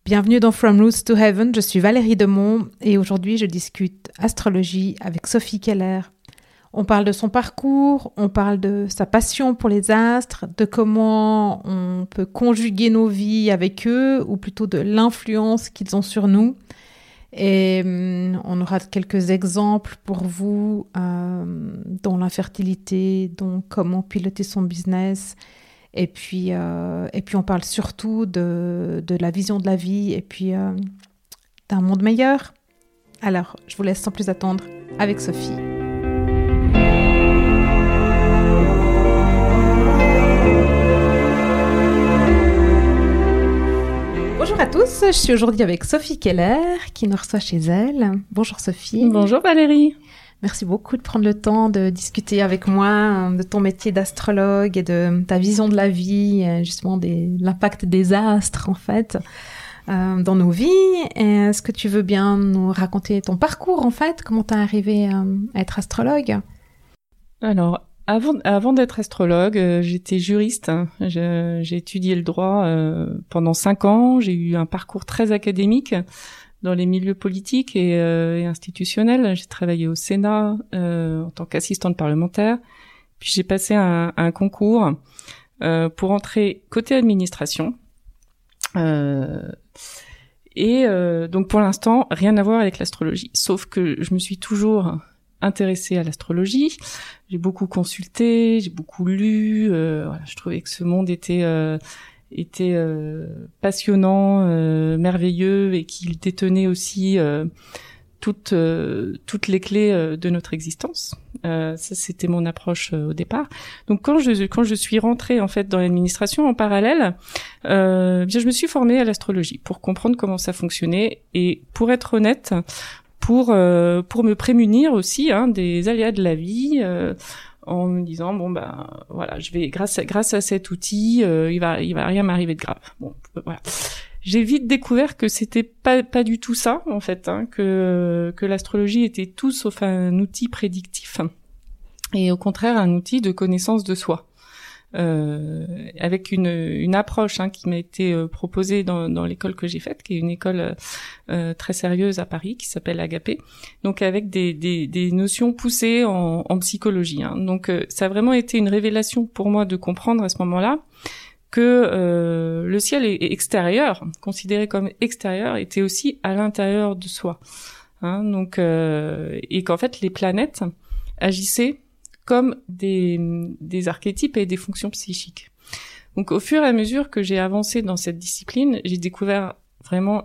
Bienvenue dans From Roots to Heaven, je suis Valérie Demont et aujourd'hui je discute astrologie avec Sophie Keller. On parle de son parcours, on parle de sa passion pour les astres, de comment on peut conjuguer nos vies avec eux ou plutôt de l'influence qu'ils ont sur nous. Et on aura quelques exemples pour vous dans l'infertilité, dans comment piloter son business. Et puis on parle surtout de la vision de la vie et puis d'un monde meilleur. Alors, je vous laisse sans plus attendre avec Sophie. Bonjour à tous, je suis aujourd'hui avec Sophie Keller qui nous reçoit chez elle. Bonjour Sophie. Bonjour Valérie. Merci beaucoup de prendre le temps de discuter avec moi de ton métier d'astrologue et de ta vision de la vie, justement l'impact des astres en fait dans nos vies. Est-ce que tu veux bien nous raconter ton parcours en fait? Comment t'es arrivée à être astrologue? Alors, avant d'être astrologue, j'étais juriste. J'ai étudié le droit pendant 5 ans. J'ai eu un parcours très académique dans les milieux politiques et institutionnels. J'ai travaillé au Sénat en tant qu'assistante parlementaire. Puis j'ai passé un concours pour entrer côté administration. Donc pour l'instant, rien à voir avec l'astrologie. Sauf que je me suis toujours intéressée à l'astrologie. J'ai beaucoup consulté, j'ai beaucoup lu. Je trouvais que ce monde était passionnant, merveilleux et qu'il détenait aussi toutes les clés de notre existence. Ça, c'était mon approche au départ. Donc, quand je suis rentrée en fait dans l'administration en parallèle, je me suis formée à l'astrologie pour comprendre comment ça fonctionnait et pour être honnête, pour me prémunir aussi des aléas de la vie. En me disant voilà, je vais grâce à cet outil, il va rien m'arriver de grave. Voilà. J'ai vite découvert que c'était pas du tout ça en fait, que l'astrologie était tout sauf un outil prédictif et au contraire un outil de connaissance de soi. Avec une approche qui m'a été proposée dans l'école que j'ai faite, qui est une école très sérieuse à Paris, qui s'appelle Agapé, donc avec des notions poussées en psychologie. Donc ça a vraiment été une révélation pour moi de comprendre à ce moment-là que le ciel extérieur, considéré comme extérieur, était aussi à l'intérieur de soi. Donc et qu'en fait les planètes agissaient comme des archétypes et des fonctions psychiques. Donc, au fur et à mesure que j'ai avancé dans cette discipline, j'ai découvert vraiment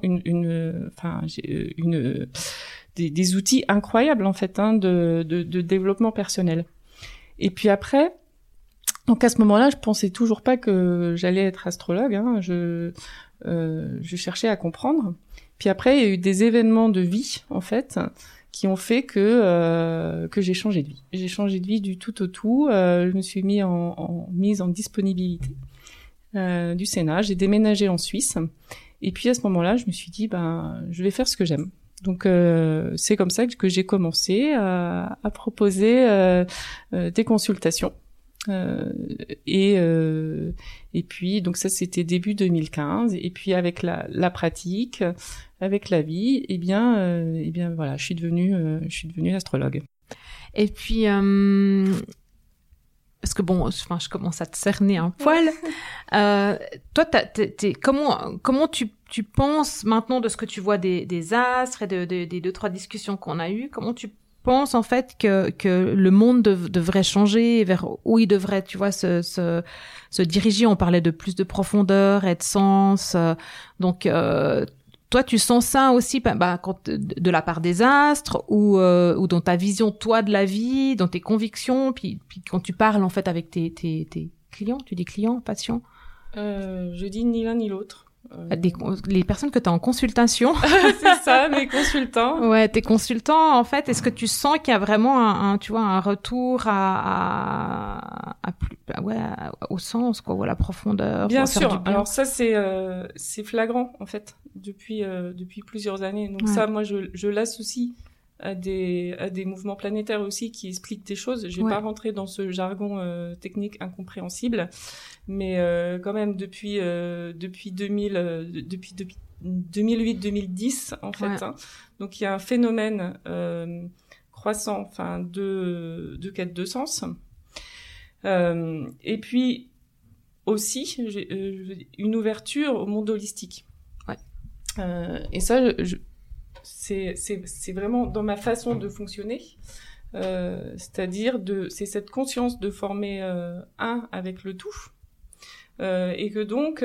des outils incroyables en fait de développement personnel. Et puis après, donc à ce moment-là, je pensais toujours pas que j'allais être astrologue. Je cherchais à comprendre. Puis après, il y a eu des événements de vie en fait qui ont fait que j'ai changé de vie. J'ai changé de vie du tout au tout. Je me suis mise en disponibilité du Sénat. J'ai déménagé en Suisse. Et puis à ce moment-là, je me suis dit, je vais faire ce que j'aime. Donc c'est comme ça que j'ai commencé à proposer des consultations. Et puis donc ça c'était début 2015 et puis avec la pratique, avec la vie, et bien voilà, je suis devenue astrologue. Et puis parce que je commence à te cerner un poil. Toi, comment tu penses maintenant de ce que tu vois des astres et des 2-3 discussions qu'on a eues? Comment tu penses en fait que le monde devrait changer vers où il devrait, tu vois, se diriger? On parlait de plus de profondeur et de sens. Donc toi, tu sens ça aussi de la part des astres ou dans ta vision, toi, de la vie, dans tes convictions, puis quand tu parles, en fait, avec tes clients, tu dis clients, patients? Je dis ni l'un ni l'autre. Les personnes que tu as en consultation. C'est ça, mes consultants. Ouais, tes consultants, en fait, est-ce que tu sens qu'il y a vraiment un retour au sens, quoi, ou à la profondeur? Bien sûr. Alors ça, c'est flagrant, en fait, depuis plusieurs années. Donc ça, moi, je l'associe à des mouvements planétaires aussi qui expliquent des choses. Je vais pas rentrer dans ce jargon technique incompréhensible, mais quand même depuis 2008-2010 en fait. Ouais. Hein. Donc il y a un phénomène croissant, enfin de quête de sens. Et puis aussi une ouverture au monde holistique. Ouais. Et ça, c'est vraiment dans ma façon de fonctionner. C'est-à-dire c'est cette conscience de former un avec le tout, et que donc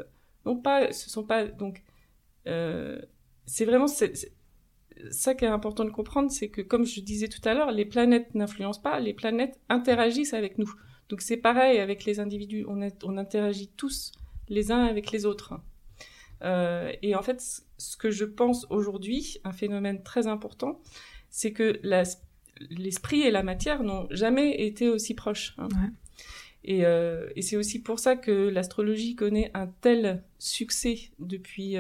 c'est vraiment ça qui est important de comprendre, c'est que comme je disais tout à l'heure, les planètes n'influencent pas, les planètes interagissent avec nous. Donc c'est pareil avec les individus, on interagit tous les uns avec les autres. Et en fait, ce que je pense aujourd'hui, un phénomène très important, c'est que l'esprit et la matière n'ont jamais été aussi proches. Hein. Ouais. Et c'est aussi pour ça que l'astrologie connaît un tel succès depuis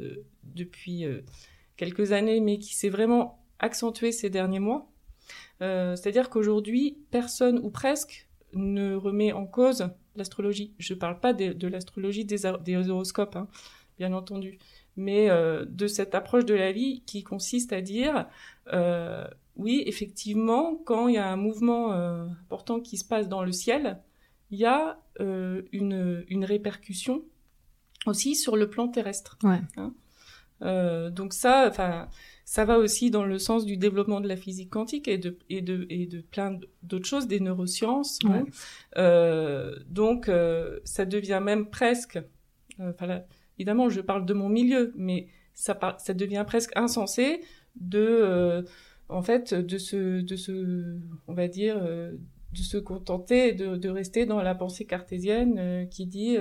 quelques années, mais qui s'est vraiment accentué ces derniers mois. C'est-à-dire qu'aujourd'hui, personne ou presque ne remet en cause l'astrologie. Je parle pas de l'astrologie des horoscopes, hein, bien entendu, mais de cette approche de la vie qui consiste à dire oui, effectivement, quand il y a un mouvement important qui se passe dans le ciel, il y a une répercussion aussi sur le plan terrestre. Ouais. Hein. Donc ça va aussi dans le sens du développement de la physique quantique et de plein d'autres choses, des neurosciences. Ouais. Donc ça devient même presque, évidemment je parle de mon milieu, mais ça devient presque insensé en fait de se contenter de rester dans la pensée cartésienne qui dit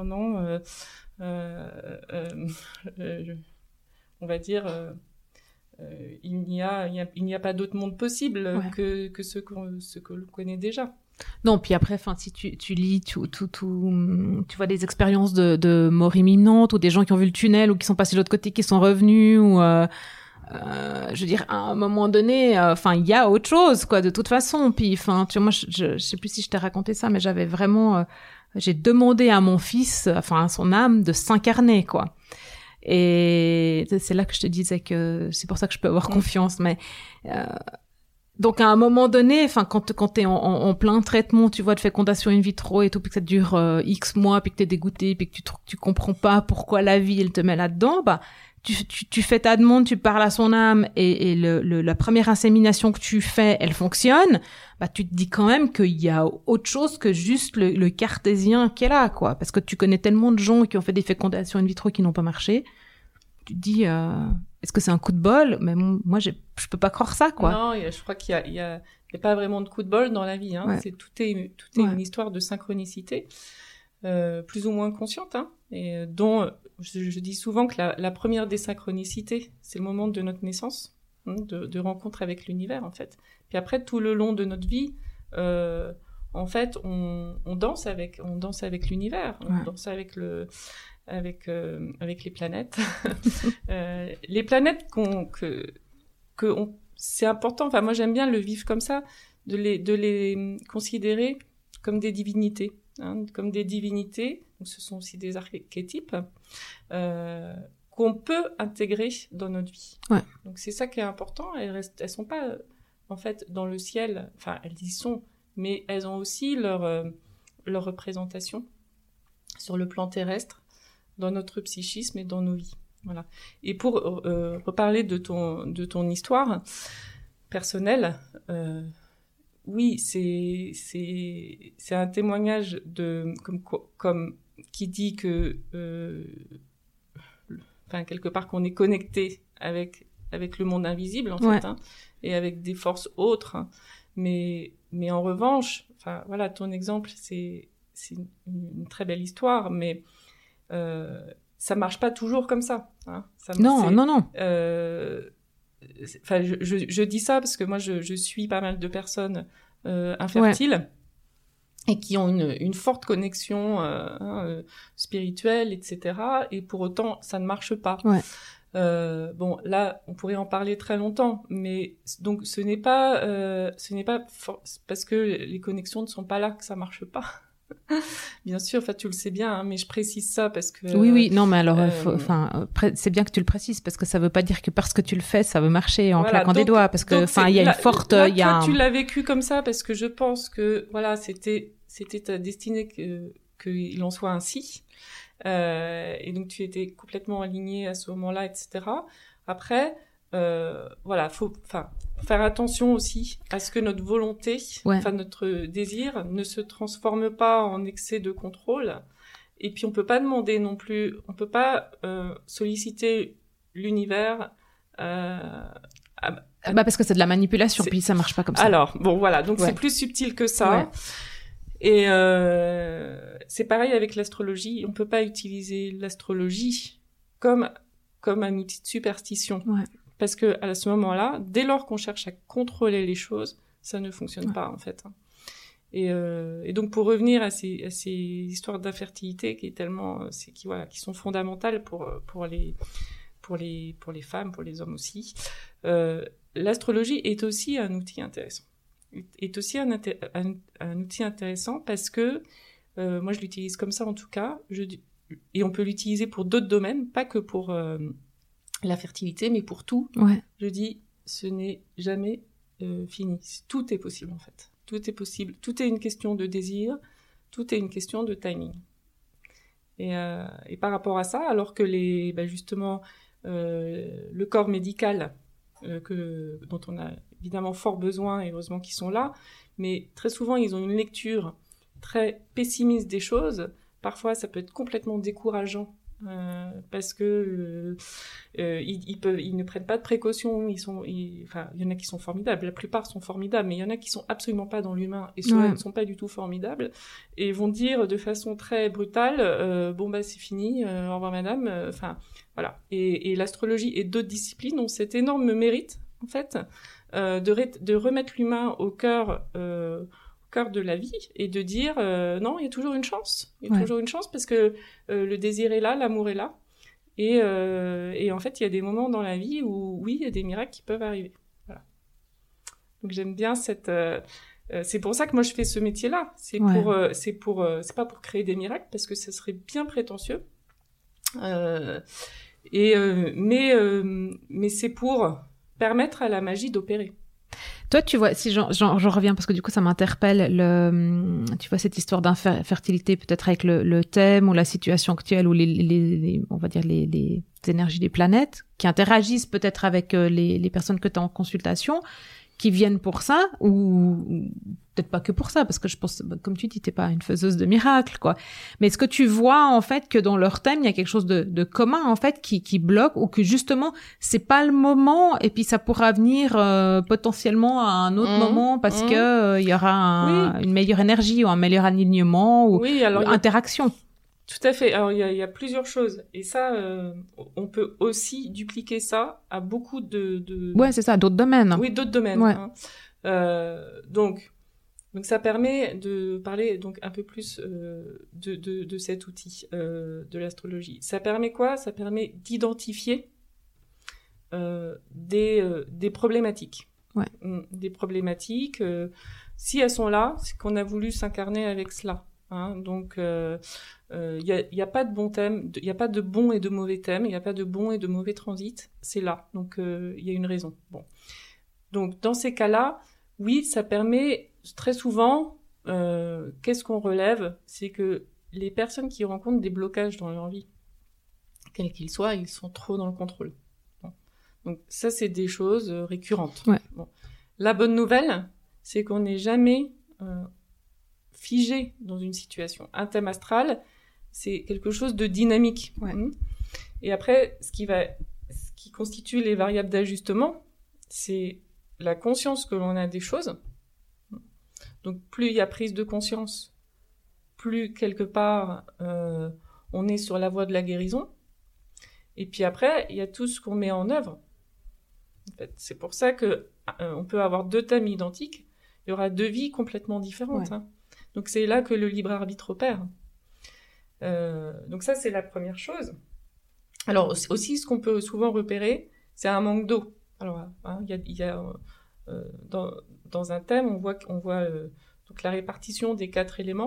on va dire il n'y a pas d'autre monde possible que ce que l'on connaît déjà. Non, puis après, si tu lis tu vois des expériences de mort imminente ou des gens qui ont vu le tunnel ou qui sont passés de l'autre côté, qui sont revenus ou je veux dire, à un moment donné, il y a autre chose, quoi, de toute façon. Puis, tu vois, moi, je sais plus si je t'ai raconté ça, mais j'avais vraiment, j'ai demandé à mon fils, à son âme, de s'incarner, quoi. Et c'est là que je te disais que c'est pour ça que je peux avoir confiance, mais donc à un moment donné, quand t'es en plein traitement, tu vois, de fécondation in vitro et tout, puis que ça dure X mois, puis que t'es dégoûté, puis que tu comprends pas pourquoi la vie elle te met là-dedans, tu fais ta demande, tu parles à son âme et la première insémination que tu fais, elle fonctionne, tu te dis quand même qu'il y a autre chose que juste le cartésien qui est là, quoi. Parce que tu connais tellement de gens qui ont fait des fécondations in vitro qui n'ont pas marché. Tu te dis, est-ce que c'est un coup de bol? Mais moi, je peux pas croire ça, quoi. Non, je crois qu'il y a pas vraiment de coup de bol dans la vie, hein. Ouais. Tout est une histoire de synchronicité, plus ou moins consciente, hein. Et dont, je dis souvent que la première des synchronicités, c'est le moment de notre naissance, hein, de rencontre avec l'univers, en fait. Puis après, tout le long de notre vie, en fait, on danse avec l'univers, on danse avec les planètes. Les planètes c'est important. Enfin, moi, j'aime bien le vivre comme ça, de les considérer comme des divinités, hein, comme des divinités. Donc, ce sont aussi des archétypes qu'on peut intégrer dans notre vie. Ouais. Donc, c'est ça qui est important. Elles sont pas, en fait, dans le ciel. Enfin, elles y sont, mais elles ont aussi leur représentation sur le plan terrestre, dans notre psychisme et dans nos vies. Voilà. Et pour reparler de ton histoire personnelle, oui, c'est un témoignage comme qui dit que quelque part qu'on est connecté avec le monde invisible en fait, hein, et avec des forces autres, hein. Mais en revanche, voilà, ton exemple, c'est une très belle histoire, mais ça marche pas toujours comme ça, hein. Non. Je dis ça parce que moi je suis pas mal de personnes infertiles et qui ont une forte connexion spirituelle, etc. Et pour autant ça ne marche pas. Ouais. Bon, là, on pourrait en parler très longtemps, mais donc ce n'est pas parce que les connexions ne sont pas là que ça marche pas. Bien sûr, enfin tu le sais bien, hein, mais je précise ça parce que oui, non, mais alors, c'est bien que tu le précises parce que ça veut pas dire que parce que tu le fais, ça veut marcher en claquant des doigts, parce que, enfin, il y a une forte, il y a. Toi, tu l'as vécu comme ça parce que je pense que voilà, c'était ta destinée qu'il en soit ainsi, et donc tu étais complètement aligné à ce moment-là, etc. Après, voilà, faut faire attention aussi à ce que notre volonté, notre désir ne se transforme pas en excès de contrôle. Et puis on peut pas demander non plus, on peut pas solliciter l'univers. Parce que c'est de la manipulation, puis ça marche pas comme ça. Alors bon voilà, donc c'est plus subtil que ça. Et c'est pareil avec l'astrologie. On peut pas utiliser l'astrologie comme un outil de superstition. Parce que à ce moment-là, dès lors qu'on cherche à contrôler les choses, ça ne fonctionne pas en fait. Et donc pour revenir à ces histoires d'infertilité qui sont fondamentales pour les femmes, pour les hommes aussi, l'astrologie est aussi un outil intéressant. Est aussi un outil intéressant parce que moi je l'utilise comme ça en tout cas. Et on peut l'utiliser pour d'autres domaines, pas que pour la fertilité, mais pour tout. Je dis, ce n'est jamais fini. Tout est possible en fait. Tout est possible. Tout est une question de désir. Tout est une question de timing. Et par rapport à ça, alors que justement le corps médical dont on a évidemment fort besoin, et heureusement qu'ils sont là, mais très souvent ils ont une lecture très pessimiste des choses. Parfois, ça peut être complètement décourageant. Parce que ils ne prennent pas de précautions. Il y en a qui sont formidables. La plupart sont formidables, mais il y en a qui sont absolument pas dans l'humain et ne sont pas du tout formidables et vont dire de façon très brutale c'est fini, au revoir madame. Voilà. Et l'astrologie et d'autres disciplines ont cet énorme mérite en fait de remettre l'humain au cœur de la vie et de dire non, il y a toujours une chance. Il y a toujours une chance parce que le désir est là, l'amour est là. Et en fait, il y a des moments dans la vie où, oui, il y a des miracles qui peuvent arriver. Voilà. Donc j'aime bien c'est pour ça que moi je fais ce métier-là. C'est pas pour créer des miracles parce que ça serait bien prétentieux. Mais c'est pour permettre à la magie d'opérer. Toi, tu vois, si j'en reviens parce que du coup, ça m'interpelle, tu vois, cette histoire d'infertilité, peut-être avec le thème ou la situation actuelle ou on va dire les énergies des planètes qui interagissent peut-être avec les personnes que tu as en consultation, qui viennent pour ça, ou peut-être pas que pour ça, parce que je pense, comme tu dis, t'es pas une faiseuse de miracles, quoi. Mais est-ce que tu vois, en fait, que dans leur thème, il y a quelque chose de commun, en fait, qui bloque, ou que justement, c'est pas le moment, et puis ça pourra venir potentiellement à un autre moment, parce que il y aura une meilleure énergie, ou un meilleur alignement, ou interaction. Tout à fait. Alors, il y a plusieurs choses. Et ça, on peut aussi dupliquer ça à beaucoup de... Ouais, c'est ça, d'autres domaines. Oui, d'autres domaines. Ouais. Donc, ça permet de parler donc un peu plus de cet outil de l'astrologie. Ça permet quoi ? Ça permet d'identifier des problématiques. Ouais. Des problématiques. Si elles sont là, c'est qu'on a voulu s'incarner avec cela. Donc, il y a pas de bon thème, il y a pas de bon et de mauvais thème, il y a pas de bon et de mauvais transit. C'est là, donc il y a une raison. Bon, donc dans ces cas-là, oui, ça permet très souvent. Qu'est-ce qu'on relève ? C'est que les personnes qui rencontrent des blocages dans leur vie, quels qu'ils soient, ils sont trop dans le contrôle. Bon. Donc ça, c'est des choses récurrentes. Ouais. Bon. La bonne nouvelle, c'est qu'on n'est jamais figé dans une situation. Un thème astral, c'est quelque chose de dynamique. Ouais. Et après, ce qui constitue les variables d'ajustement, c'est la conscience que l'on a des choses. Donc, plus il y a prise de conscience, plus quelque part on est sur la voie de la guérison. Et puis après, il y a tout ce qu'on met en œuvre. En fait, c'est pour ça que on peut avoir deux thèmes identiques. Il y aura deux vies complètement différentes. Ouais. Donc c'est là que le libre arbitre opère. Donc ça, c'est la première chose. Alors aussi, ce qu'on peut souvent repérer, c'est un manque d'eau. Alors, il y a dans un thème, on voit donc la répartition des 4 éléments.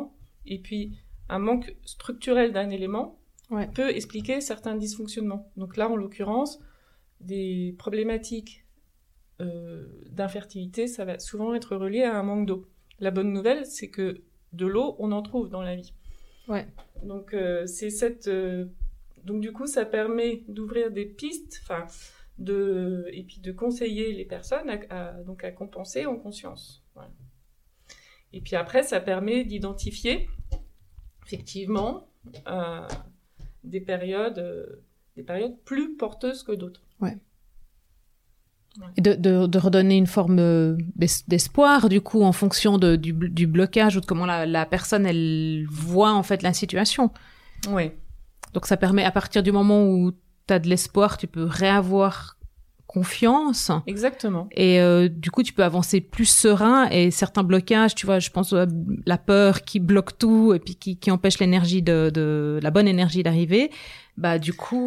Et puis, un manque structurel d'un élément Ouais. peut expliquer certains dysfonctionnements. Donc là, en l'occurrence, des problématiques d'infertilité, ça va souvent être relié à un manque d'eau. La bonne nouvelle, c'est que de l'eau, on en trouve dans la vie. Ouais. Donc, donc du coup, ça permet d'ouvrir des pistes, et puis de conseiller les personnes à compenser en conscience. Voilà. Et puis après, ça permet d'identifier effectivement des périodes plus porteuses que d'autres. Ouais. Et de redonner une forme d'espoir, du coup, en fonction du blocage ou de comment la personne, elle voit, en fait, la situation. Oui. Donc, ça permet, à partir du moment où tu as de l'espoir, tu peux réavoir confiance. Exactement. Et du coup, tu peux avancer plus serein. Et certains blocages, tu vois, je pense à la peur qui bloque tout et puis qui empêche l'énergie la bonne énergie d'arriver. Bah du coup,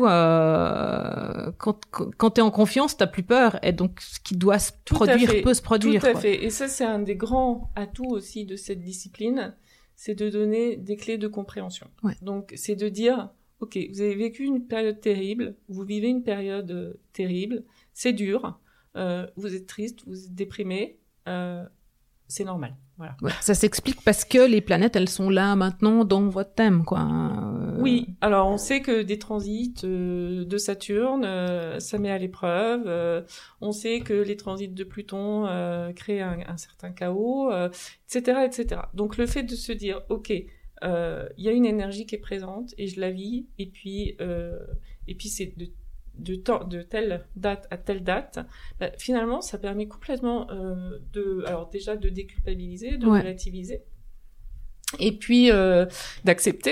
quand t'es en confiance, t'as plus peur, et donc ce qui doit se produire peut se produire. Tout à fait. Et ça, c'est un des grands atouts aussi de cette discipline, c'est de donner des clés de compréhension. Ouais. Donc, c'est de dire, ok, vous avez vécu une période terrible, vous vivez une période terrible, c'est dur, vous êtes triste, vous êtes déprimé, c'est normal. Voilà. Ouais, ça s'explique parce que les planètes, elles sont là maintenant dans votre thème, quoi. Oui, alors on sait que des transits de Saturne, ça met à l'épreuve. On sait que les transits de Pluton créent un certain chaos, etc., etc. Donc le fait de se dire, ok, il y a une énergie qui est présente et je la vis, et puis c'est de telle date à telle date, finalement, ça permet complètement alors déjà de déculpabiliser, de relativiser, et puis d'accepter,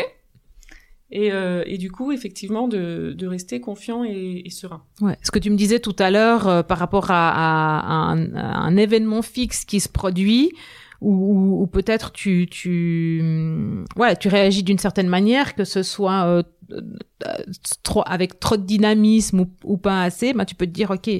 et du coup, effectivement, de rester confiant et serein. Ouais. Ce que tu me disais tout à l'heure par rapport à un événement fixe qui se produit, ou peut-être tu réagis d'une certaine manière, que ce soit avec trop de dynamisme ou pas assez, tu peux te dire ok,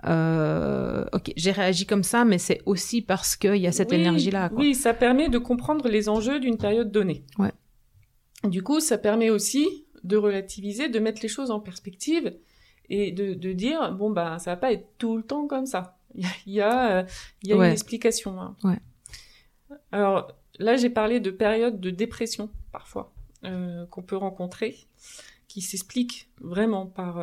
j'ai réagi comme ça, mais c'est aussi parce qu'il y a cette énergie-là, quoi. Oui, ça permet de comprendre les enjeux d'une période donnée. Ouais. Du coup, ça permet aussi de relativiser, de mettre les choses en perspective et de dire, bon, ça va pas être tout le temps comme ça. Il y a une explication. Hein. Ouais. Alors, là, j'ai parlé de périodes de dépression, parfois, qu'on peut rencontrer, qui s'expliquent vraiment par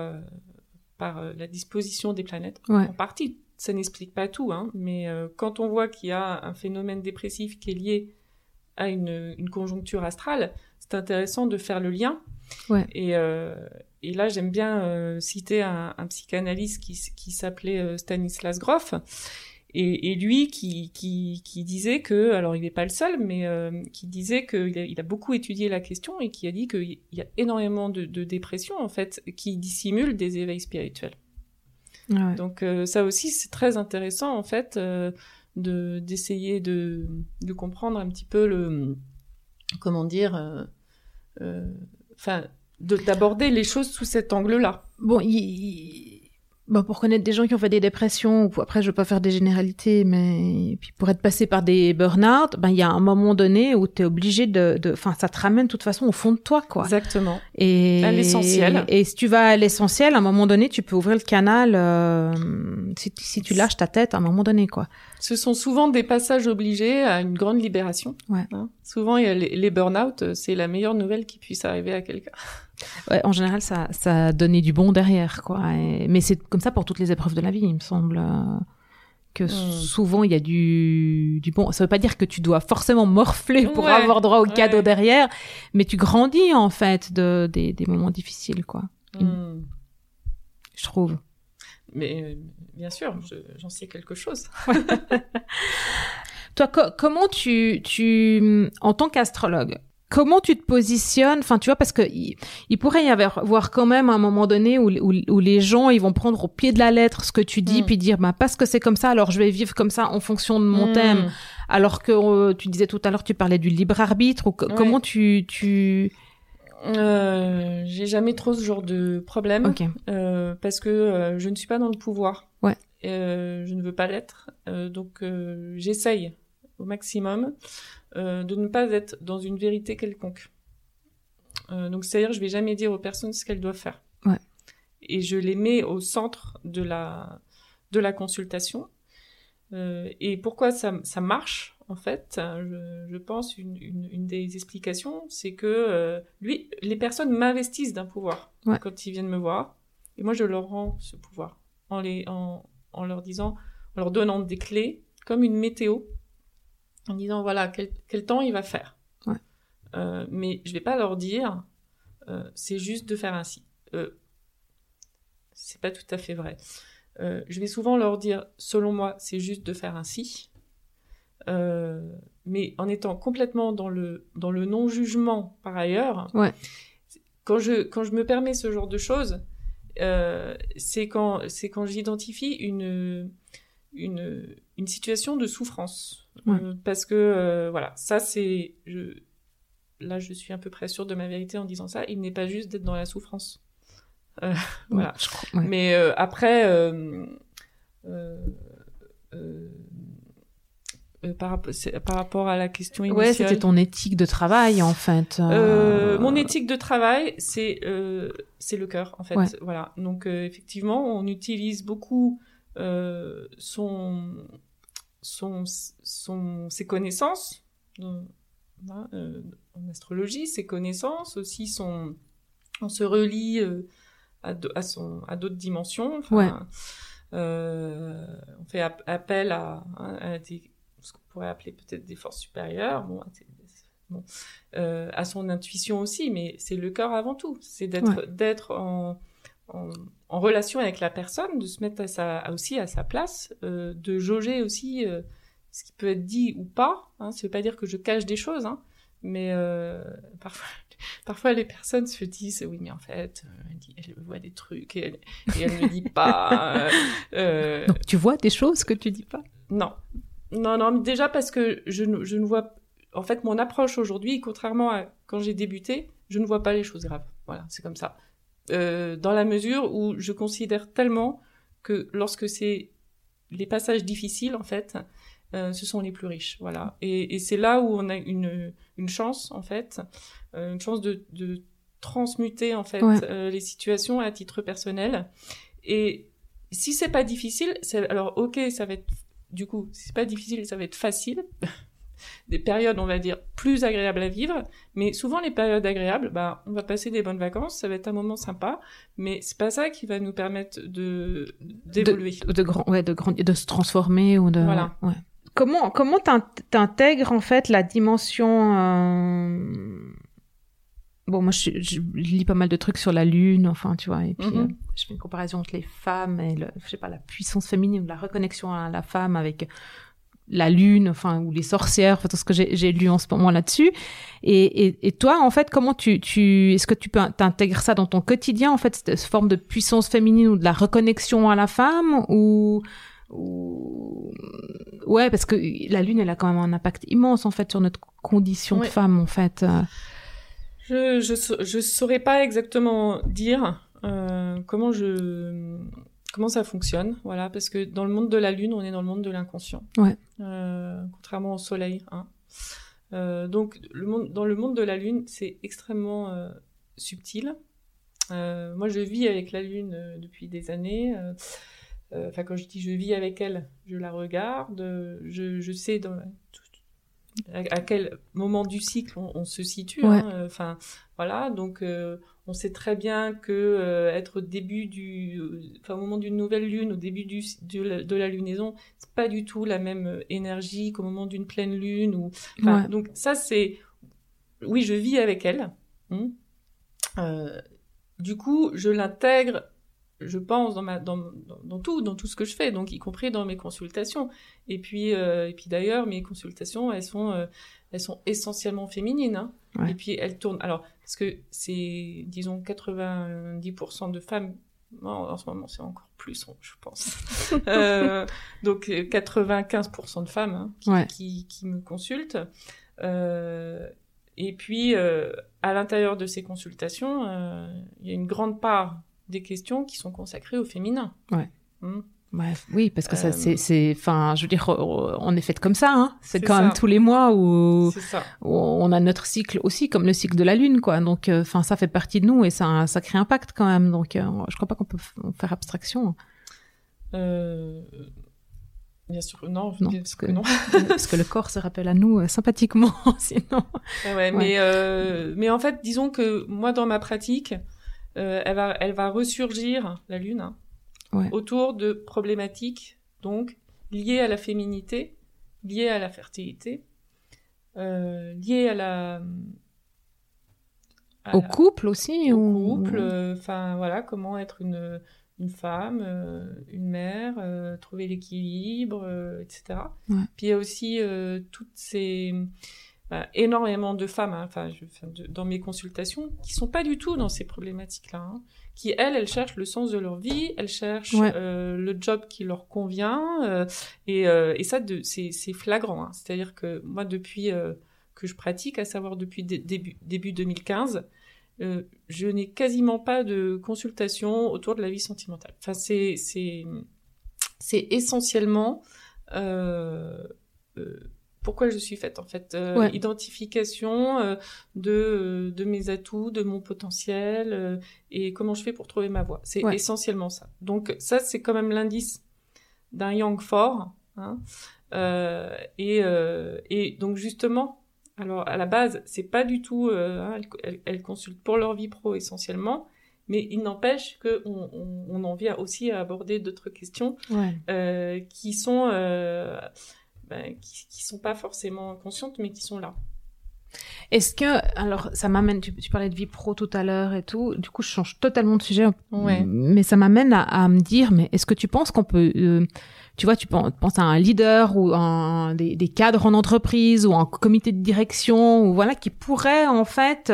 la disposition des planètes. Ouais. En partie, ça n'explique pas tout, hein, mais quand on voit qu'il y a un phénomène dépressif qui est lié à une conjoncture astrale, c'est intéressant de faire le lien. Ouais. Et là, j'aime bien citer un psychanalyste qui s'appelait Stanislas Grof, et lui qui disait que, alors il n'est pas le seul, mais qui disait qu'il a beaucoup étudié la question et qui a dit qu'il y a énormément de dépression, en fait, qui dissimulent des éveils spirituels. Ouais. Donc ça aussi, c'est très intéressant, en fait, d'essayer de comprendre un petit peu d'aborder les choses sous cet angle-là. Bon, pour connaître des gens qui ont fait des dépressions, ou après je veux pas faire des généralités, mais puis pour être passé par des burn-out, il y a un moment donné où t'es obligé ça te ramène de toute façon au fond de toi, quoi. Exactement. Et à l'essentiel. Et si tu vas à l'essentiel, à un moment donné, tu peux ouvrir le canal, si tu lâches ta tête à un moment donné, quoi. Ce sont souvent des passages obligés à une grande libération. Ouais. Hein. Souvent, il y a les burn-out, c'est la meilleure nouvelle qui puisse arriver à quelqu'un. Ouais, en général, ça a donné du bon derrière, quoi. Mais c'est comme ça pour toutes les épreuves de la vie, il me semble. Que souvent, il y a du bon. Ça veut pas dire que tu dois forcément morfler pour avoir droit au cadeau derrière, mais tu grandis, en fait, des moments difficiles, quoi. Je trouve. Mais bien sûr, j'en sais quelque chose. Toi, comment tu en tant qu'astrologue, comment tu te positionnes? Enfin, tu vois, parce que il pourrait y avoir quand même un moment donné où les gens, ils vont prendre au pied de la lettre ce que tu dis, puis dire, parce que c'est comme ça, alors je vais vivre comme ça en fonction de mon thème. Alors que tu disais tout à l'heure, tu parlais du libre arbitre, ou comment tu j'ai jamais trop ce genre de problème. Okay. Parce que je ne suis pas dans le pouvoir. Ouais. Je ne veux pas l'être. Donc j'essaye au maximum de ne pas être dans une vérité quelconque. Donc c'est-à-dire je vais jamais dire aux personnes ce qu'elles doivent faire. Ouais. Et je les mets au centre de la consultation. Et pourquoi ça marche en fait, je pense une des explications, c'est que les personnes m'investissent d'un pouvoir quand ils viennent me voir, et moi je leur rends ce pouvoir en leur disant, en leur donnant des clés comme une météo, en disant voilà quel temps il va faire. Ouais. Mais je vais pas leur dire c'est juste de faire ainsi. C'est pas tout à fait vrai. Je vais souvent leur dire, selon moi, c'est juste de faire ainsi, mais en étant complètement dans le non-jugement par ailleurs. Ouais. Quand je me permets ce genre de choses, c'est quand j'identifie une situation de souffrance. Ouais. Parce que voilà, ça c'est là je suis à peu près sûre de ma vérité en disant ça, il n'est pas juste d'être dans la souffrance. Voilà. Je crois, ouais. Mais après, par rapport à la question initiale. Ouais, c'était ton éthique de travail en fait. Mon éthique de travail, c'est le cœur en fait. Ouais. Voilà. Donc effectivement, on utilise beaucoup ses connaissances en astrologie, ses connaissances aussi on se relie à d'autres dimensions. Enfin, ouais. On fait appel à ce qu'on pourrait appeler peut-être des forces supérieures, à son intuition aussi, mais c'est le cœur avant tout. C'est d'être en relation avec la personne, de se mettre aussi à sa place, de jauger aussi ce qui peut être dit ou pas. Ça veut pas dire que je cache des choses, mais parfois les personnes se disent oui mais en fait elle voit des trucs et elle ne dit pas. Donc tu vois des choses que tu dis pas? Non, déjà parce que je ne vois, en fait mon approche aujourd'hui, contrairement à quand j'ai débuté, je ne vois pas les choses graves. Voilà, c'est comme ça. Dans la mesure où je considère tellement que lorsque c'est les passages difficiles en fait, ce sont les plus riches, voilà. Et c'est là où on a une chance en fait, une chance de transmuter en fait les situations à titre personnel. Et si c'est pas difficile, alors ok, ça va être du coup, si c'est pas difficile, ça va être facile. Des périodes, on va dire, plus agréables à vivre, mais souvent les périodes agréables, on va passer des bonnes vacances, ça va être un moment sympa, mais c'est pas ça qui va nous permettre d'évoluer, de se transformer ou de. Voilà. Ouais. Comment t'intègres en fait la dimension Bon, moi je lis pas mal de trucs sur la lune, enfin tu vois, et puis je fais une comparaison entre les femmes et la puissance féminine ou la reconnexion à la femme avec la lune, enfin, ou les sorcières, enfin, tout ce que j'ai lu en ce moment là-dessus. Et toi, en fait, comment est-ce que tu peux t'intégrer ça dans ton quotidien, en fait, cette forme de puissance féminine ou de la reconnexion à la femme, ou ouais, parce que la lune, elle a quand même un impact immense, en fait, sur notre condition de femme, en fait. Je saurais pas exactement dire comment ça fonctionne, voilà, parce que dans le monde de la lune, on est dans le monde de l'inconscient, contrairement au soleil. Donc dans le monde de la lune, c'est extrêmement subtil. Moi, je vis avec la lune depuis des années. Enfin, quand je dis je vis avec elle, je la regarde, je sais à quel moment du cycle on se situe. Enfin, voilà, donc on sait très bien que être au début au moment d'une nouvelle lune, au début de la lunaison, c'est pas du tout la même énergie qu'au moment d'une pleine lune. Donc ça c'est, oui, je vis avec elle. Du coup, je l'intègre, je pense, dans tout ce que je fais, donc y compris dans mes consultations. Et puis d'ailleurs, mes consultations, elles sont essentiellement féminines. Et puis elles tournent. Alors, parce que c'est, disons, 90% de femmes. En ce moment, c'est encore plus, je pense. Donc 95% de femmes qui me consultent. Et puis, à l'intérieur de ces consultations, il y a une grande part des questions qui sont consacrées au féminin. Bref, oui, parce que ça, enfin, je veux dire, on est fait comme ça, hein. C'est quand ça. même tous les mois où ça. on a notre cycle aussi, comme le cycle de la Lune, quoi. Donc, enfin, ça fait partie de nous et ça a un sacré impact quand même. Donc, je crois pas qu'on peut faire abstraction. Bien sûr, non, parce que non. Parce que le corps se rappelle à nous sympathiquement, sinon. Ouais. Mais en fait, disons que moi, dans ma pratique, elle va ressurgir, la Lune, hein, autour de problématiques, donc, liées à la féminité, liées à la fertilité, liées au couple aussi. Au couple, enfin, voilà, comment être une femme, une mère, trouver l'équilibre, etc. Ouais. Puis il y a aussi toutes ces... énormément de femmes, hein, dans mes consultations, qui sont pas du tout dans ces problématiques-là, hein, qui, elles cherchent le sens de leur vie, elles cherchent le job qui leur convient, et ça, c'est flagrant. Hein. C'est-à-dire que moi, depuis que je pratique, à savoir depuis début 2015, je n'ai quasiment pas de consultation autour de la vie sentimentale. Enfin, c'est essentiellement pourquoi je suis faite, en fait. Identification de mes atouts, de mon potentiel, et comment je fais pour trouver ma voie. C'est essentiellement ça. Donc ça, c'est quand même l'indice d'un yang fort. Hein. Et donc justement, alors à la base, c'est pas du tout... elles consultent pour leur vie pro essentiellement, mais il n'empêche qu'on en vient aussi à aborder d'autres questions qui sont... qui sont pas forcément conscientes, mais qui sont là. Est-ce que, alors, ça m'amène, tu parlais de vie pro tout à l'heure et tout, du coup, je change totalement de sujet, mais ça m'amène à me dire, mais est-ce que tu penses qu'on peut, tu vois, tu penses à un leader ou des cadres en entreprise ou en comité de direction, ou voilà, qui pourraient, en fait,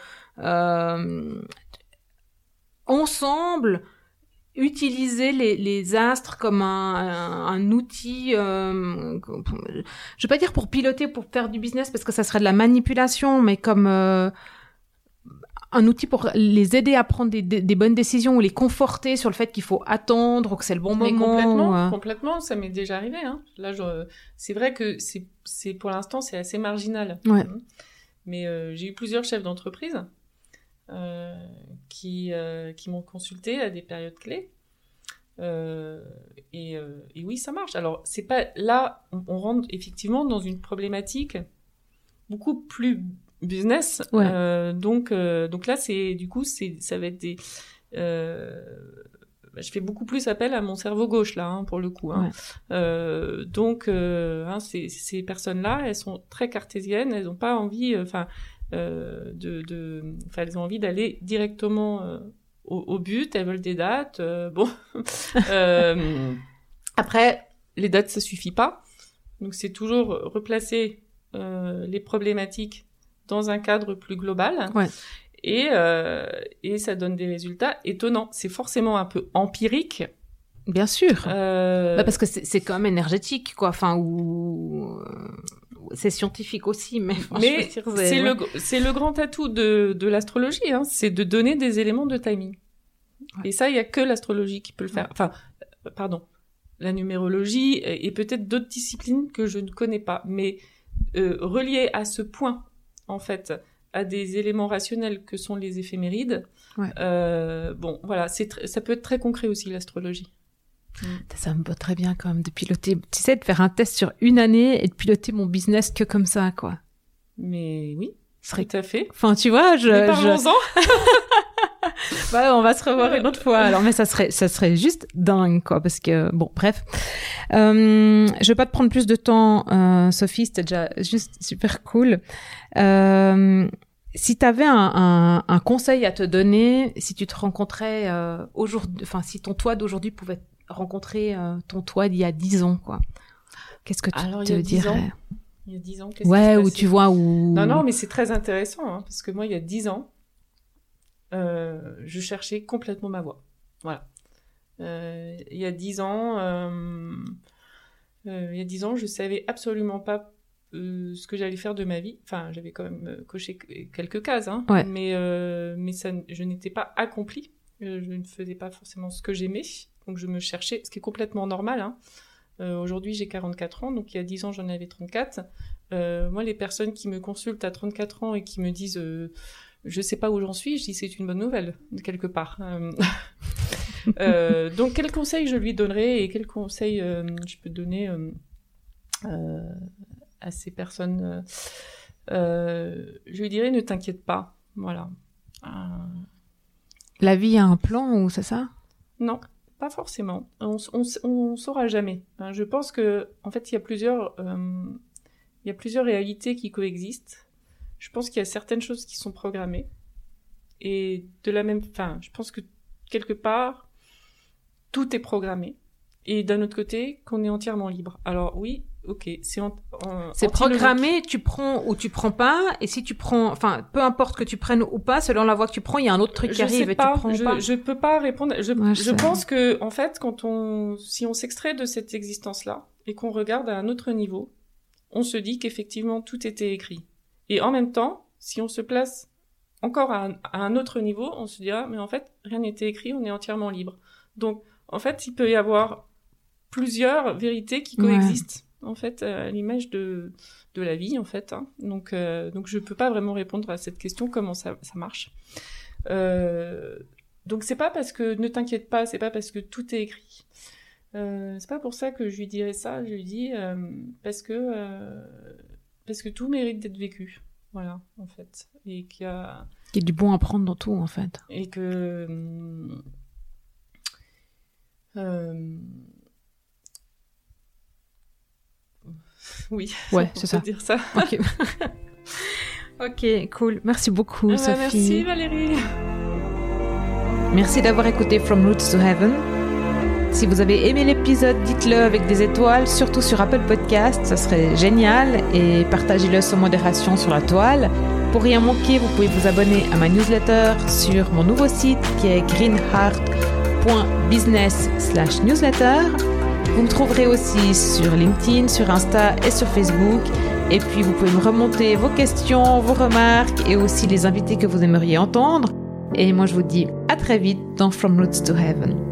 ensemble, utiliser les astres comme un outil, je vais pas dire pour piloter, pour faire du business, parce que ça serait de la manipulation, mais comme un outil pour les aider à prendre des bonnes décisions, ou les conforter sur le fait qu'il faut attendre, ou que c'est le bon moment. Complètement, ça m'est déjà arrivé. Hein. Là, c'est vrai que c'est pour l'instant, c'est assez marginal. Ouais. Mais j'ai eu plusieurs chefs d'entreprise qui m'ont consulté à des périodes clés. Et oui, ça marche. Alors, c'est pas là, on rentre effectivement dans une problématique beaucoup plus business. Donc là, ça va être des... je fais beaucoup plus appel à mon cerveau gauche là, hein, pour le coup. Hein. Ces personnes-là, elles sont très cartésiennes. Elles n'ont pas envie, elles ont envie d'aller directement au but. Elles veulent des dates. Après, les dates, ça suffit pas. Donc c'est toujours replacer les problématiques dans un cadre plus global. Et ça donne des résultats étonnants. C'est forcément un peu empirique. Bien sûr. Parce que c'est quand même énergétique, quoi. Enfin, c'est scientifique aussi, mais c'est le grand atout de l'astrologie, hein, c'est de donner des éléments de timing. Et ça, il y a que l'astrologie qui peut le faire. Enfin, pardon, la numérologie et peut-être d'autres disciplines que je ne connais pas, mais reliées à ce point, en fait, à des éléments rationnels que sont les éphémérides. Voilà, ça peut être très concret aussi, l'astrologie. Ça me va très bien quand même de piloter, tu sais, de faire un test sur une année et de piloter mon business que comme ça, quoi. Mais oui, tout à fait. Enfin, tu vois, Mais parlons-en. On va se revoir une autre fois. Alors, mais ça serait juste dingue, quoi, parce que bon, bref. Je vais pas te prendre plus de temps, Sophie, c'était déjà juste super cool. Si tu avais un conseil à te donner, si tu te rencontrais aujourd'hui, enfin, si ton toi d'aujourd'hui pouvait rencontrer ton toi d'il y a 10 ans, quoi. Qu'est-ce que tu te dirais? Il y a 10 ans, qu'est-ce qui s'est passé? Ou tu vois, où... Non, mais c'est très intéressant, hein, parce que moi, il y a 10 ans, je cherchais complètement ma voie. Voilà. Il y a 10 ans, je savais absolument pas ce que j'allais faire de ma vie. Enfin, j'avais quand même coché quelques cases, hein, mais ça, je n'étais pas accomplie. Je ne faisais pas forcément ce que j'aimais. Donc je me cherchais, ce qui est complètement normal, hein. Aujourd'hui, j'ai 44 ans, donc il y a 10 ans, j'en avais 34. Moi, les personnes qui me consultent à 34 ans et qui me disent je sais pas où j'en suis, je dis c'est une bonne nouvelle, quelque part. Donc, quel conseil je lui donnerais et quel conseil je peux donner à ces personnes je lui dirais ne t'inquiète pas, voilà. La vie a un plan, ou c'est ça? Non. Pas forcément. On saura jamais. Je pense que, en fait, il y a plusieurs réalités qui coexistent. Je pense qu'il y a certaines choses qui sont programmées. Et je pense que quelque part, tout est programmé. Et d'un autre côté, qu'on est entièrement libre. Alors oui, ok, c'est programmé, tu prends ou tu prends pas, et si tu prends, enfin, peu importe que tu prennes ou pas, selon la voie que tu prends, il y a un autre truc qui arrive et tu prends pas. Je peux pas répondre. Je pense que, en fait, si on s'extrait de cette existence-là et qu'on regarde à un autre niveau, on se dit qu'effectivement tout était écrit. Et en même temps, si on se place encore à un autre niveau, on se dira, mais en fait, rien n'était écrit, on est entièrement libre. Donc, en fait, il peut y avoir plusieurs vérités qui coexistent, en fait, à l'image de la vie, en fait. Hein. Donc, je peux pas vraiment répondre à cette question, comment ça marche. Donc, c'est pas parce que, ne t'inquiète pas, c'est pas parce que tout est écrit. C'est pas pour ça que je lui dirais ça, je lui dis parce que tout mérite d'être vécu. Voilà, en fait. Et qu'il y a du bon à prendre dans tout, en fait. Et que... oui, ouais, c'est ça. Dire ça. Ok. Ok, cool. Merci beaucoup, Sophie. Merci, Valérie. Merci d'avoir écouté From Roots to Heaven. Si vous avez aimé l'épisode, dites-le avec des étoiles, surtout sur Apple Podcast, ça serait génial, et partagez-le sans modération sur la toile. Pour rien manquer, vous pouvez vous abonner à ma newsletter sur mon nouveau site qui est greenheart.business/newsletter. Vous me trouverez aussi sur LinkedIn, sur Insta et sur Facebook. Et puis, vous pouvez me remonter vos questions, vos remarques et aussi les invités que vous aimeriez entendre. Et moi, je vous dis à très vite dans From Roots to Heaven.